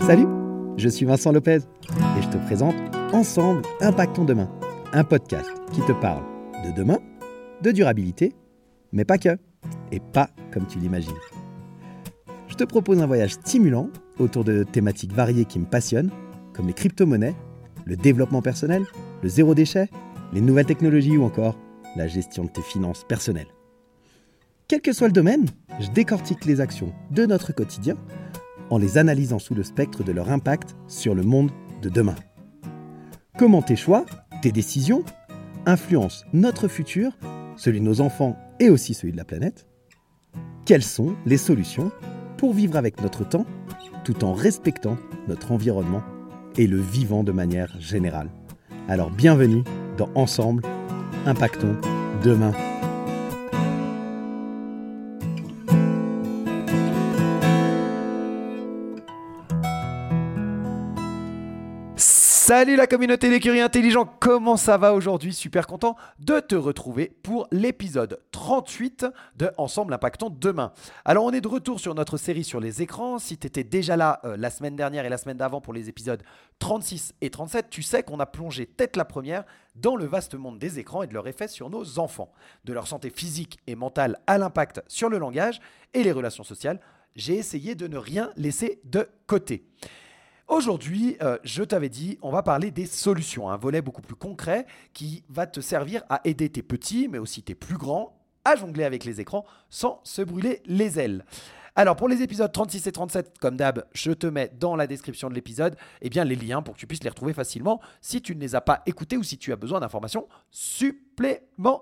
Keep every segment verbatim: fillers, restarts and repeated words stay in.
Salut, je suis Vincent Lopez et je te présente Ensemble, Impactons Demain, un podcast qui te parle de demain, de durabilité, mais pas que, et pas comme tu l'imagines. Je te propose un voyage stimulant autour de thématiques variées qui me passionnent, comme les crypto-monnaies, le développement personnel, le zéro déchet, les nouvelles technologies ou encore la gestion de tes finances personnelles. Quel que soit le domaine, je décortique les actions de notre quotidien en les analysant sous le spectre de leur impact sur le monde de demain. Comment tes choix, tes décisions, influencent notre futur, celui de nos enfants et aussi celui de la planète? Quelles sont les solutions pour vivre avec notre temps tout en respectant notre environnement et le vivant de manière générale? Alors bienvenue dans Ensemble, Impactons Demain. Salut la communauté des curieux intelligents, comment ça va aujourd'hui? Super content de te retrouver pour l'épisode trente-huit de Ensemble Impactons Demain. Alors on est de retour sur notre série sur les écrans. Si tu étais déjà là euh, la semaine dernière et la semaine d'avant pour les épisodes trente-six et trente-sept, tu sais qu'on a plongé tête la première dans le vaste monde des écrans et de leur effet sur nos enfants. De leur santé physique et mentale à l'impact sur le langage et les relations sociales, j'ai essayé de ne rien laisser de côté. Aujourd'hui, euh, je t'avais dit, on va parler des solutions, un volet beaucoup plus concret qui va te servir à aider tes petits, mais aussi tes plus grands, à jongler avec les écrans sans se brûler les ailes. Alors pour les épisodes trente-six et trente-sept, comme d'hab, je te mets dans la description de l'épisode eh bien, les liens pour que tu puisses les retrouver facilement si tu ne les as pas écoutés ou si tu as besoin d'informations supplémentaires.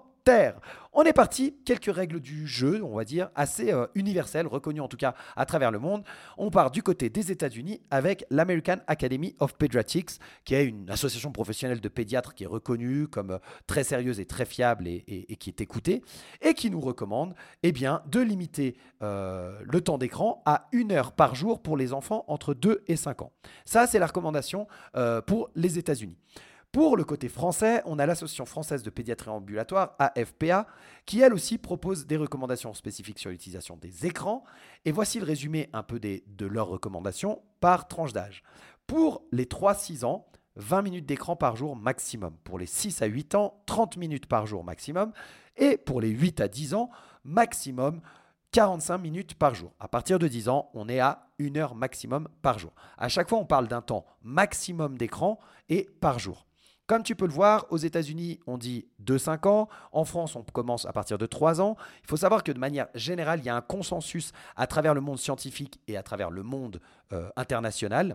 On est parti, quelques règles du jeu, on va dire, assez euh, universelles, reconnues en tout cas à travers le monde. On part du côté des États-Unis avec l'American Academy of Pediatrics, qui est une association professionnelle de pédiatres qui est reconnue comme euh, très sérieuse et très fiable et, et, et qui est écoutée, et qui nous recommande eh bien, de limiter euh, le temps d'écran à une heure par jour pour les enfants entre deux et cinq ans. Ça, c'est la recommandation euh, pour les États-Unis. Pour le côté français, on a l'Association française de pédiatrie ambulatoire, A F P A, qui elle aussi propose des recommandations spécifiques sur l'utilisation des écrans. Et voici le résumé un peu des, de leurs recommandations par tranche d'âge. Pour les trois à six ans, vingt minutes d'écran par jour maximum. Pour les six à huit ans, trente minutes par jour maximum. Et pour les huit à dix ans, maximum quarante-cinq minutes par jour. À partir de dix ans, on est à une heure maximum par jour. À chaque fois, on parle d'un temps maximum d'écran et par jour. Comme tu peux le voir, aux États-Unis, on dit deux à cinq ans. En France, on commence à partir de trois ans. Il faut savoir que de manière générale, il y a un consensus à travers le monde scientifique et à travers le monde euh, international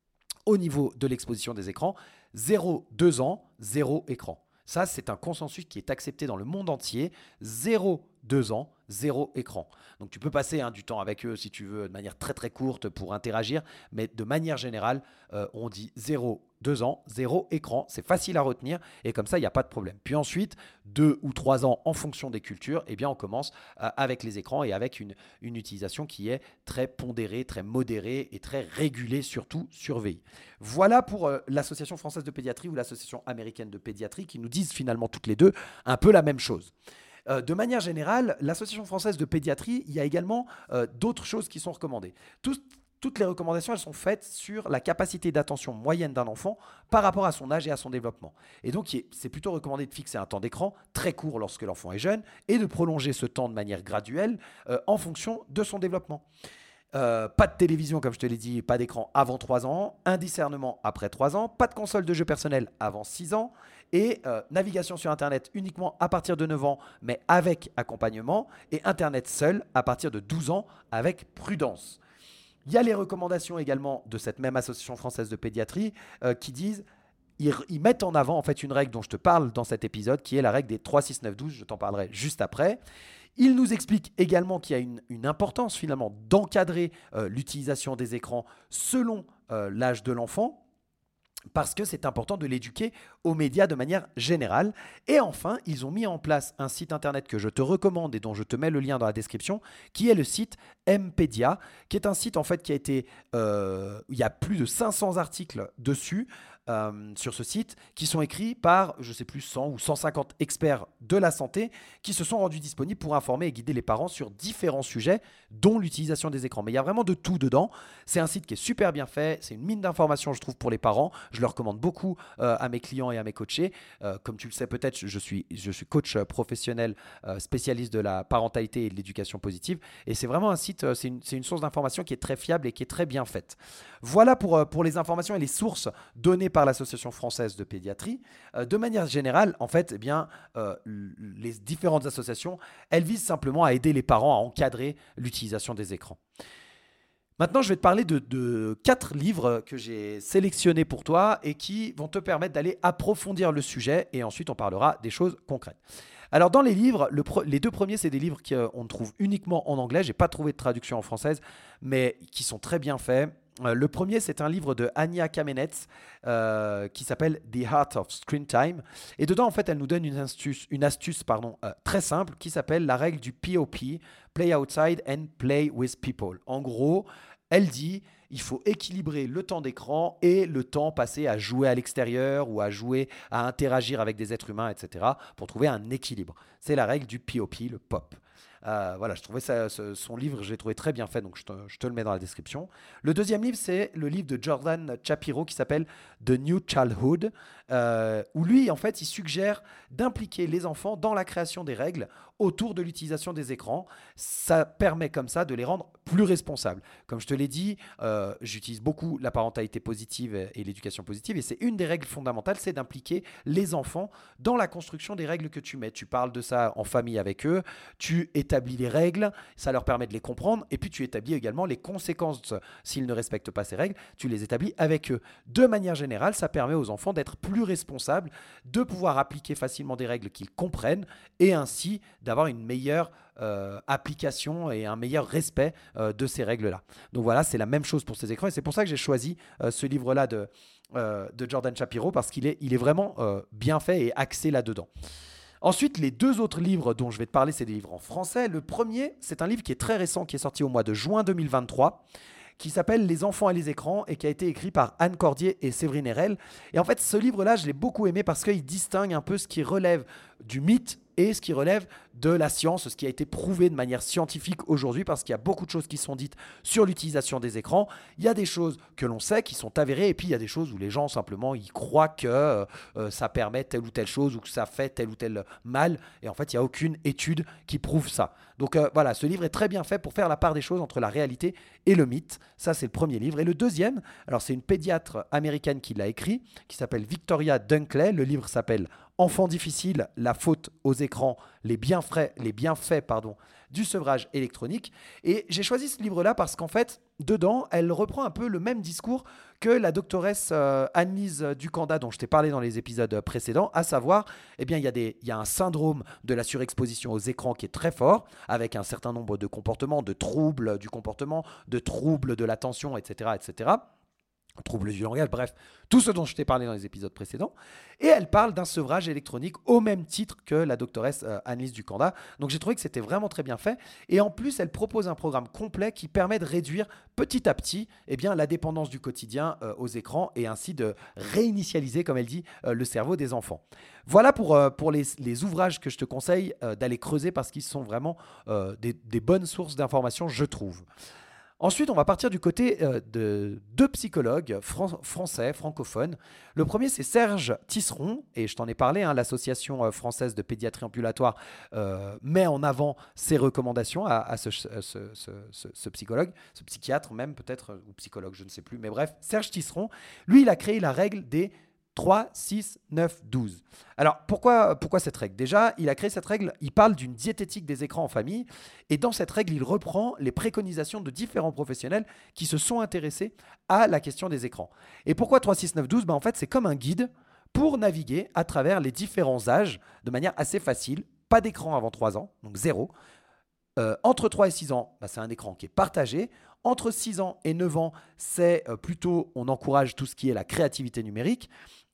au niveau de l'exposition des écrans. zéro à deux ans, zéro écran. Ça, c'est un consensus qui est accepté dans le monde entier. zéro à deux ans, zéro écran. Donc tu peux passer hein, du temps avec eux si tu veux de manière très très courte pour interagir, mais de manière générale, euh, on dit zéro à deux ans, zéro écran. C'est facile à retenir et comme ça, il n'y a pas de problème. Puis ensuite, deux ou trois ans en fonction des cultures, eh bien, on commence euh, avec les écrans et avec une, une utilisation qui est très pondérée, très modérée et très régulée, surtout surveillée. Voilà pour euh, l'Association française de pédiatrie ou l'Association américaine de pédiatrie qui nous disent finalement toutes les deux un peu la même chose. Euh, de manière générale, l'Association française de pédiatrie, il y a également euh, d'autres choses qui sont recommandées. Tout, toutes les recommandations, elles sont faites sur la capacité d'attention moyenne d'un enfant par rapport à son âge et à son développement. Et donc, c'est plutôt recommandé de fixer un temps d'écran très court lorsque l'enfant est jeune et de prolonger ce temps de manière graduelle euh, en fonction de son développement. Euh, pas de télévision, comme je te l'ai dit, pas d'écran avant trois ans, un discernement après trois ans, pas de console de jeu personnel avant six ans et euh, navigation sur Internet uniquement à partir de neuf ans, mais avec accompagnement et Internet seul à partir de douze ans avec prudence. Il y a les recommandations également de cette même association française de pédiatrie euh, qui disent Ils, ils mettent en avant en fait une règle dont je te parle dans cet épisode qui est la règle des trois, six, neuf, douze, je t'en parlerai juste après. Il nous explique également qu'il y a une, une importance finalement d'encadrer euh, l'utilisation des écrans selon euh, l'âge de l'enfant parce que c'est important de l'éduquer aux médias de manière générale. Et enfin, ils ont mis en place un site internet que je te recommande et dont je te mets le lien dans la description, qui est le site M-Pédia, qui est un site en fait qui a été, euh, il y a plus de cinq cents articles dessus, euh, sur ce site qui sont écrits par, je ne sais plus, cent ou cent cinquante experts de la santé qui se sont rendus disponibles pour informer et guider les parents sur différents sujets, dont l'utilisation des écrans. Mais il y a vraiment de tout dedans. C'est un site qui est super bien fait. C'est une mine d'informations, je trouve, pour les parents. Je le recommande beaucoup euh, à mes clients et à mes coachés. Euh, comme tu le sais peut-être, je suis, je suis coach professionnel euh, spécialiste de la parentalité et de l'éducation positive. Et c'est vraiment un site, euh, c'est une, c'est une source d'information qui est très fiable et qui est très bien faite. Voilà pour, euh, pour les informations et les sources données par l'Association française de pédiatrie. Euh, de manière générale, en fait, eh bien, euh, les différentes associations, elles visent simplement à aider les parents à encadrer l'utilisation des écrans. Maintenant, je vais te parler de, de quatre livres que j'ai sélectionnés pour toi et qui vont te permettre d'aller approfondir le sujet et ensuite on parlera des choses concrètes. Alors dans les livres, le pre- les deux premiers, c'est des livres qu'on trouve uniquement en anglais. Je n'ai pas trouvé de traduction en française, mais qui sont très bien faits. Euh, le premier, c'est un livre de Anya Kamenetz euh, qui s'appelle The Art of Screen Time. Et dedans, en fait, elle nous donne une astuce, une astuce pardon, euh, très simple qui s'appelle la règle du P O P, Play Outside and Play with People. En gros, elle dit il faut équilibrer le temps d'écran et le temps passé à jouer à l'extérieur ou à jouer, à interagir avec des êtres humains, et cetera pour trouver un équilibre. C'est la règle du P O P, le P O P. Euh, voilà, je trouvais ça, ce, son livre, je l'ai trouvé très bien fait, donc je te, je te le mets dans la description. Le deuxième livre, c'est le livre de Jordan Shapiro qui s'appelle The New Childhood, euh, où lui, en fait, il suggère d'impliquer les enfants dans la création des règles autour de l'utilisation des écrans. Ça permet comme ça de les rendre plus responsables. Comme je te l'ai dit, euh, j'utilise beaucoup la parentalité positive et l'éducation positive, et c'est une des règles fondamentales, c'est d'impliquer les enfants dans la construction des règles que tu mets. Tu parles de ça en famille avec eux, tu établis les règles, ça leur permet de les comprendre, et puis tu établis également les conséquences s'ils ne respectent pas ces règles, tu les établis avec eux. De manière générale, ça permet aux enfants d'être plus responsables, de pouvoir appliquer facilement des règles qu'ils comprennent, et ainsi d'avoir une meilleure euh, application et un meilleur respect euh, de ces règles-là. Donc voilà, c'est la même chose pour ces écrans, et c'est pour ça que j'ai choisi euh, ce livre-là de, euh, de Jordan Shapiro, parce qu'il est, il est vraiment euh, bien fait et axé là-dedans. Ensuite, les deux autres livres dont je vais te parler, c'est des livres en français. Le premier, c'est un livre qui est très récent, qui est sorti au mois de juin deux mille vingt-trois, qui s'appelle Les enfants et les écrans et qui a été écrit par Anne Cordier et Séverine Erel. Et en fait, ce livre-là, je l'ai beaucoup aimé parce qu'il distingue un peu ce qui relève du mythe et ce qui relève de la science, ce qui a été prouvé de manière scientifique aujourd'hui, parce qu'il y a beaucoup de choses qui sont dites sur l'utilisation des écrans. Il y a des choses que l'on sait qui sont avérées, et puis il y a des choses où les gens simplement ils croient que euh, ça permet telle ou telle chose ou que ça fait tel ou tel mal, et en fait il n'y a aucune étude qui prouve ça. Donc euh, voilà, ce livre est très bien fait pour faire la part des choses entre la réalité et le mythe. Ça, c'est le premier livre. Et le deuxième, alors c'est une pédiatre américaine qui l'a écrit, qui s'appelle Victoria Dunkley. Le livre s'appelle Enfants difficiles, la faute aux écrans, les bienfaits, les bienfaits pardon, du sevrage électronique. Et j'ai choisi ce livre-là parce qu'en fait, dedans, elle reprend un peu le même discours que la doctoresse euh, Annelise Ducanda, dont je t'ai parlé dans les épisodes précédents, à savoir, eh bien, il y a des, il y a un syndrome de la surexposition aux écrans qui est très fort, avec un certain nombre de comportements, de troubles du comportement, de troubles de l'attention, et cetera, et cetera. Troubles du langage, bref, tout ce dont je t'ai parlé dans les épisodes précédents. Et elle parle d'un sevrage électronique au même titre que la doctoresse euh, Annelise Ducanda. Donc j'ai trouvé que c'était vraiment très bien fait. Et en plus, elle propose un programme complet qui permet de réduire petit à petit eh bien, la dépendance du quotidien euh, aux écrans et ainsi de réinitialiser, comme elle dit, euh, le cerveau des enfants. Voilà pour, euh, pour les, les ouvrages que je te conseille euh, d'aller creuser parce qu'ils sont vraiment euh, des, des bonnes sources d'informations, je trouve. Ensuite, on va partir du côté euh, de deux psychologues fran- français, francophones. Le premier, c'est Serge Tisseron, et je t'en ai parlé, hein, l'association euh, française de pédiatrie ambulatoire euh, met en avant ses recommandations à, à ce, ce, ce, ce, ce psychologue, ce psychiatre même peut-être, ou psychologue, je ne sais plus. Mais bref, Serge Tisseron, lui, il a créé la règle des trois, six, neuf, douze. Alors, pourquoi, pourquoi cette règle ? Déjà, il a créé cette règle, il parle d'une diététique des écrans en famille, et dans cette règle, il reprend les préconisations de différents professionnels qui se sont intéressés à la question des écrans. Et pourquoi trois, six, neuf, douze ? Ben, en fait, c'est comme un guide pour naviguer à travers les différents âges de manière assez facile. Pas d'écran avant trois ans, donc zéro. Euh, entre trois et six ans, bah, c'est un écran qui est partagé. Entre six ans et neuf ans, c'est euh, plutôt, on encourage tout ce qui est la créativité numérique.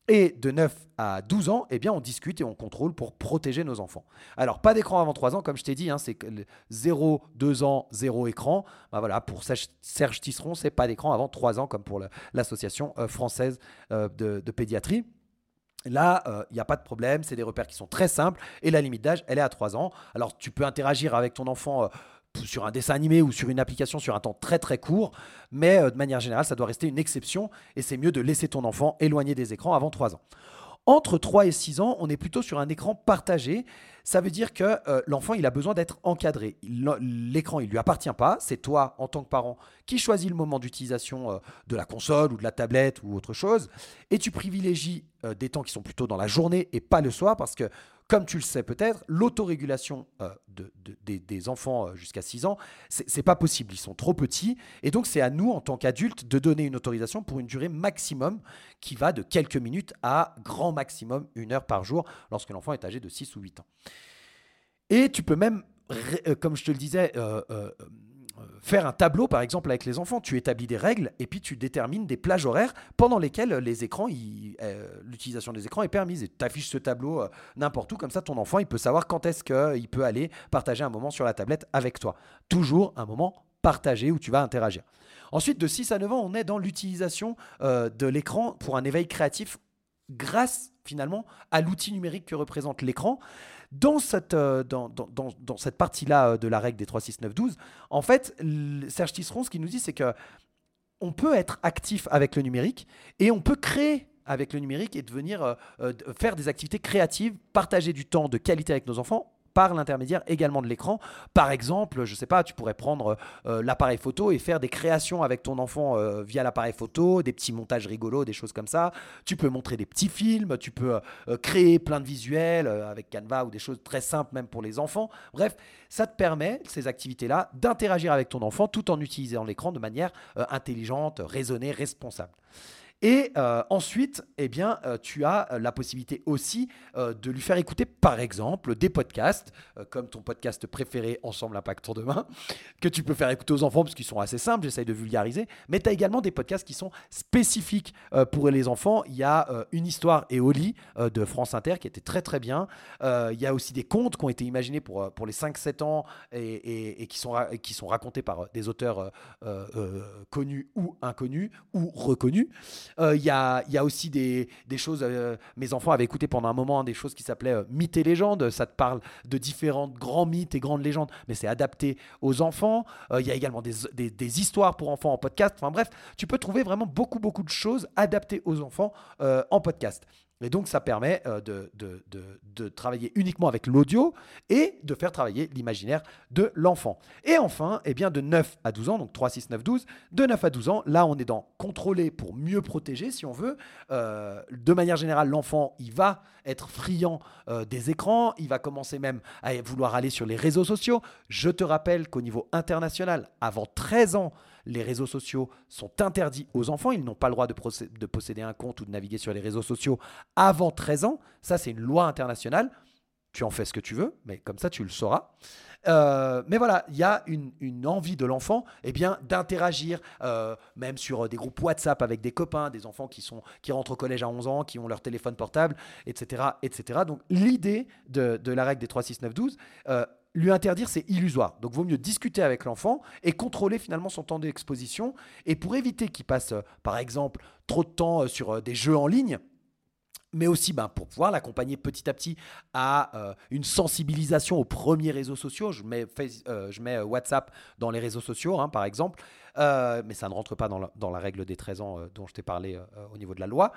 Et de neuf à douze ans, eh bien, on discute et on contrôle pour protéger nos enfants. Alors, pas d'écran avant trois ans, comme je t'ai dit, hein, c'est zéro, deux ans, zéro écran. Ben voilà, pour Serge Tisseron, c'est pas d'écran avant trois ans, comme pour le, l'association euh, française euh, de, de pédiatrie. Là, il euh, n'y a pas de problème, c'est des repères qui sont très simples et la limite d'âge, elle est à trois ans. Alors, tu peux interagir avec ton enfant euh, sur un dessin animé ou sur une application sur un temps très très court, mais euh, de manière générale, ça doit rester une exception et c'est mieux de laisser ton enfant éloigné des écrans avant trois ans. Entre trois et six ans, on est plutôt sur un écran partagé. Ça veut dire que euh, l'enfant, il a besoin d'être encadré. Il, l'écran, il ne lui appartient pas. C'est toi, en tant que parent, qui choisis le moment d'utilisation euh, de la console ou de la tablette ou autre chose. Et tu privilégies euh, des temps qui sont plutôt dans la journée et pas le soir parce que, comme tu le sais peut-être, l'autorégulation euh, de, de, des, des enfants euh, jusqu'à six ans, c'est, c'est pas possible. Ils sont trop petits. Et donc, c'est à nous, en tant qu'adultes, de donner une autorisation pour une durée maximum qui va de quelques minutes à grand maximum une heure par jour lorsque l'enfant est âgé de six ou huit ans. Et tu peux même, comme je te le disais, euh, euh, faire un tableau, par exemple, avec les enfants. Tu établis des règles et puis tu détermines des plages horaires pendant lesquelles les écrans, ils, euh, l'utilisation des écrans est permise. Et tu affiches ce tableau euh, n'importe où, comme ça ton enfant, il peut savoir quand est-ce qu'il peut aller partager un moment sur la tablette avec toi. Toujours un moment partagé où tu vas interagir. Ensuite, de six à neuf ans, on est dans l'utilisation euh, de l'écran pour un éveil créatif grâce, finalement, à l'outil numérique que représente l'écran. Dans cette, euh, dans, dans, dans, dans cette partie-là euh, de la règle des trois, six, neuf, douze, en fait, Serge Tisseron, ce qu'il nous dit, c'est qu'on peut être actif avec le numérique et on peut créer avec le numérique et devenir, euh, euh, faire des activités créatives, partager du temps de qualité avec nos enfants par l'intermédiaire également de l'écran. Par exemple, je ne sais pas, tu pourrais prendre euh, l'appareil photo et faire des créations avec ton enfant euh, via l'appareil photo, des petits montages rigolos, des choses comme ça. Tu peux montrer des petits films, tu peux euh, créer plein de visuels euh, avec Canva ou des choses très simples même pour les enfants. Bref, ça te permet, ces activités-là, d'interagir avec ton enfant tout en utilisant l'écran de manière euh, intelligente, raisonnée, responsable. Et euh, ensuite, eh bien, euh, tu as la possibilité aussi euh, de lui faire écouter, par exemple, des podcasts, euh, comme ton podcast préféré, Ensemble Impactons Demain, que tu peux faire écouter aux enfants parce qu'ils sont assez simples, j'essaye de vulgariser. Mais tu as également des podcasts qui sont spécifiques euh, pour les enfants. Il y a euh, Une histoire et au lit euh, de France Inter qui était très très bien. Euh, il y a aussi des contes qui ont été imaginés pour, pour les cinq sept ans et, et, et qui, sont, qui sont racontés par des auteurs euh, euh, connus ou inconnus ou reconnus. Il euh, y, y a aussi des, des choses, euh, mes enfants avaient écouté pendant un moment des choses qui s'appelaient euh, mythes et légendes. Ça te parle de différents grands mythes et grandes légendes, mais c'est adapté aux enfants. Il euh, y a également des, des, des histoires pour enfants en podcast. Enfin bref, tu peux trouver vraiment beaucoup, beaucoup de choses adaptées aux enfants euh, en podcast. Et donc, ça permet euh, de, de, de, de travailler uniquement avec l'audio et de faire travailler l'imaginaire de l'enfant. Et enfin, eh bien, de neuf à douze ans, donc trois, six, neuf, douze, de neuf à douze ans, là, on est dans contrôler pour mieux protéger, si on veut. Euh, de manière générale, l'enfant, il va être friand euh, des écrans, il va commencer même à vouloir aller sur les réseaux sociaux. Je te rappelle qu'au niveau international, avant treize ans, les réseaux sociaux sont interdits aux enfants. Ils n'ont pas le droit de, procé- de posséder un compte ou de naviguer sur les réseaux sociaux avant treize ans. Ça, c'est une loi internationale. Tu en fais ce que tu veux, mais comme ça, tu le sauras. Euh, mais voilà, il y a une, une envie de l'enfant eh bien, d'interagir, euh, même sur des groupes WhatsApp avec des copains, des enfants qui, sont, qui rentrent au collège à onze ans, qui ont leur téléphone portable, et cetera et cetera. Donc, l'idée de, de la règle des trois, six, neuf, douze, euh, lui interdire, c'est illusoire. Donc, il vaut mieux discuter avec l'enfant et contrôler finalement son temps d'exposition. Et pour éviter qu'il passe, euh, par exemple, trop de temps euh, sur euh, des jeux en ligne, mais aussi ben, pour pouvoir l'accompagner petit à petit à euh, une sensibilisation aux premiers réseaux sociaux. Je mets, face, euh, je mets WhatsApp dans les réseaux sociaux, hein, par exemple, euh, mais ça ne rentre pas dans la, dans la règle des treize ans euh, dont je t'ai parlé euh, au niveau de la loi.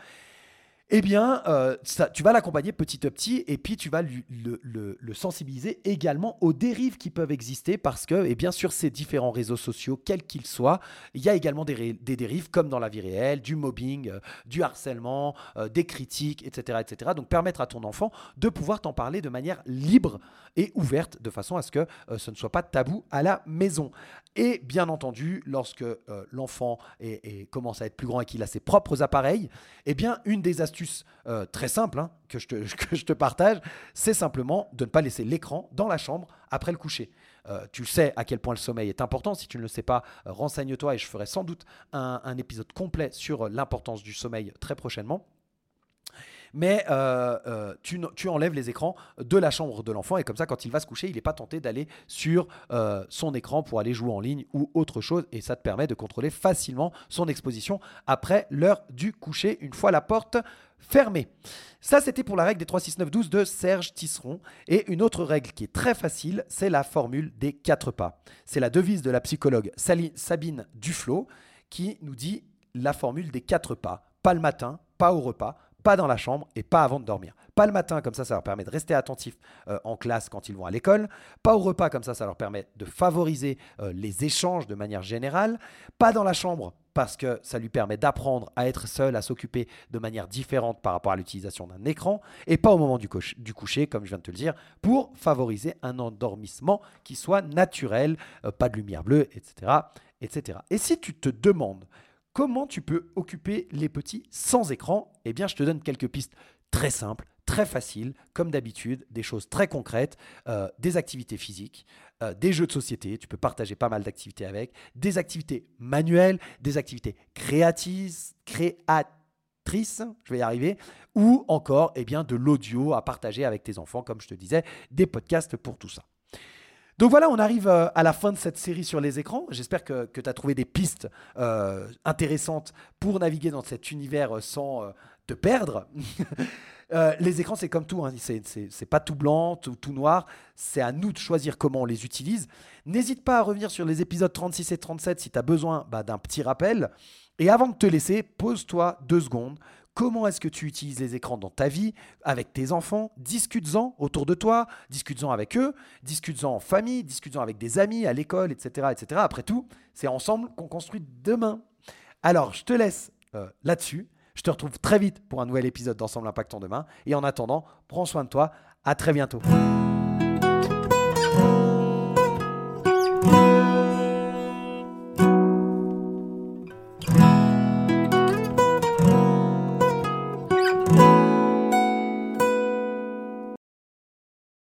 Eh bien, euh, ça, tu vas l'accompagner petit à petit et puis tu vas lui, le, le, le sensibiliser également aux dérives qui peuvent exister parce que, eh bien, sur ces différents réseaux sociaux, quels qu'ils soient, il y a également des, ré, des dérives comme dans la vie réelle, du mobbing, euh, du harcèlement, euh, des critiques, et cetera, et cetera. Donc, permettre à ton enfant de pouvoir t'en parler de manière libre et ouverte de façon à ce que euh, ce ne soit pas tabou à la maison. Et bien entendu, lorsque euh, l'enfant est, est, commence à être plus grand et qu'il a ses propres appareils, eh bien, une des astuces Euh, très simple hein, que, je te, que je te partage, c'est simplement de ne pas laisser l'écran dans la chambre après le coucher. Euh, tu sais à quel point le sommeil est important. Si tu ne le sais pas, euh, renseigne-toi et je ferai sans doute un, un épisode complet sur l'importance du sommeil très prochainement. mais euh, euh, tu, tu enlèves les écrans de la chambre de l'enfant et comme ça, quand il va se coucher, il n'est pas tenté d'aller sur euh, son écran pour aller jouer en ligne ou autre chose et ça te permet de contrôler facilement son exposition après l'heure du coucher, une fois la porte fermée. Ça, c'était pour la règle des trois, six, neuf, douze de Serge Tisseron. Et une autre règle qui est très facile, c'est la formule des quatre pas. C'est la devise de la psychologue Sali- Sabine Duflo qui nous dit la formule des quatre pas. Pas le matin, pas au repas, pas dans la chambre et pas avant de dormir. Pas le matin, comme ça, ça leur permet de rester attentifs euh, en classe quand ils vont à l'école. Pas au repas, comme ça, ça leur permet de favoriser euh, les échanges de manière générale. Pas dans la chambre, parce que ça lui permet d'apprendre à être seul, à s'occuper de manière différente par rapport à l'utilisation d'un écran. Et pas au moment du, couche- du coucher, comme je viens de te le dire, pour favoriser un endormissement qui soit naturel, euh, pas de lumière bleue, et cetera, et cetera. Et si tu te demandes comment tu peux occuper les petits sans écran? Eh bien, je te donne quelques pistes très simples, très faciles, comme d'habitude, des choses très concrètes, euh, des activités physiques, euh, des jeux de société, tu peux partager pas mal d'activités avec, des activités manuelles, des activités créatives, créatrices, je vais y arriver, ou encore eh bien, de l'audio à partager avec tes enfants, comme je te disais, des podcasts pour tout ça. Donc voilà, on arrive à la fin de cette série sur les écrans. J'espère que, que tu as trouvé des pistes euh, intéressantes pour naviguer dans cet univers sans euh, te perdre. euh, les écrans, c'est comme tout, hein. c'est, c'est, c'est pas tout blanc, tout, tout noir. C'est à nous de choisir comment on les utilise. N'hésite pas à revenir sur les épisodes trente-six et trente-sept si tu as besoin bah, d'un petit rappel. Et avant de te laisser, pose-toi deux secondes. Comment est-ce que tu utilises les écrans dans ta vie, avec tes enfants? Discute-en autour de toi, discute-en avec eux, discute-en en famille, discute-en avec des amis, à l'école, et cetera, et cetera. Après tout, c'est ensemble qu'on construit demain. Alors, je te laisse euh, là-dessus. Je te retrouve très vite pour un nouvel épisode d'Ensemble Impactant Demain. Et en attendant, prends soin de toi. À très bientôt.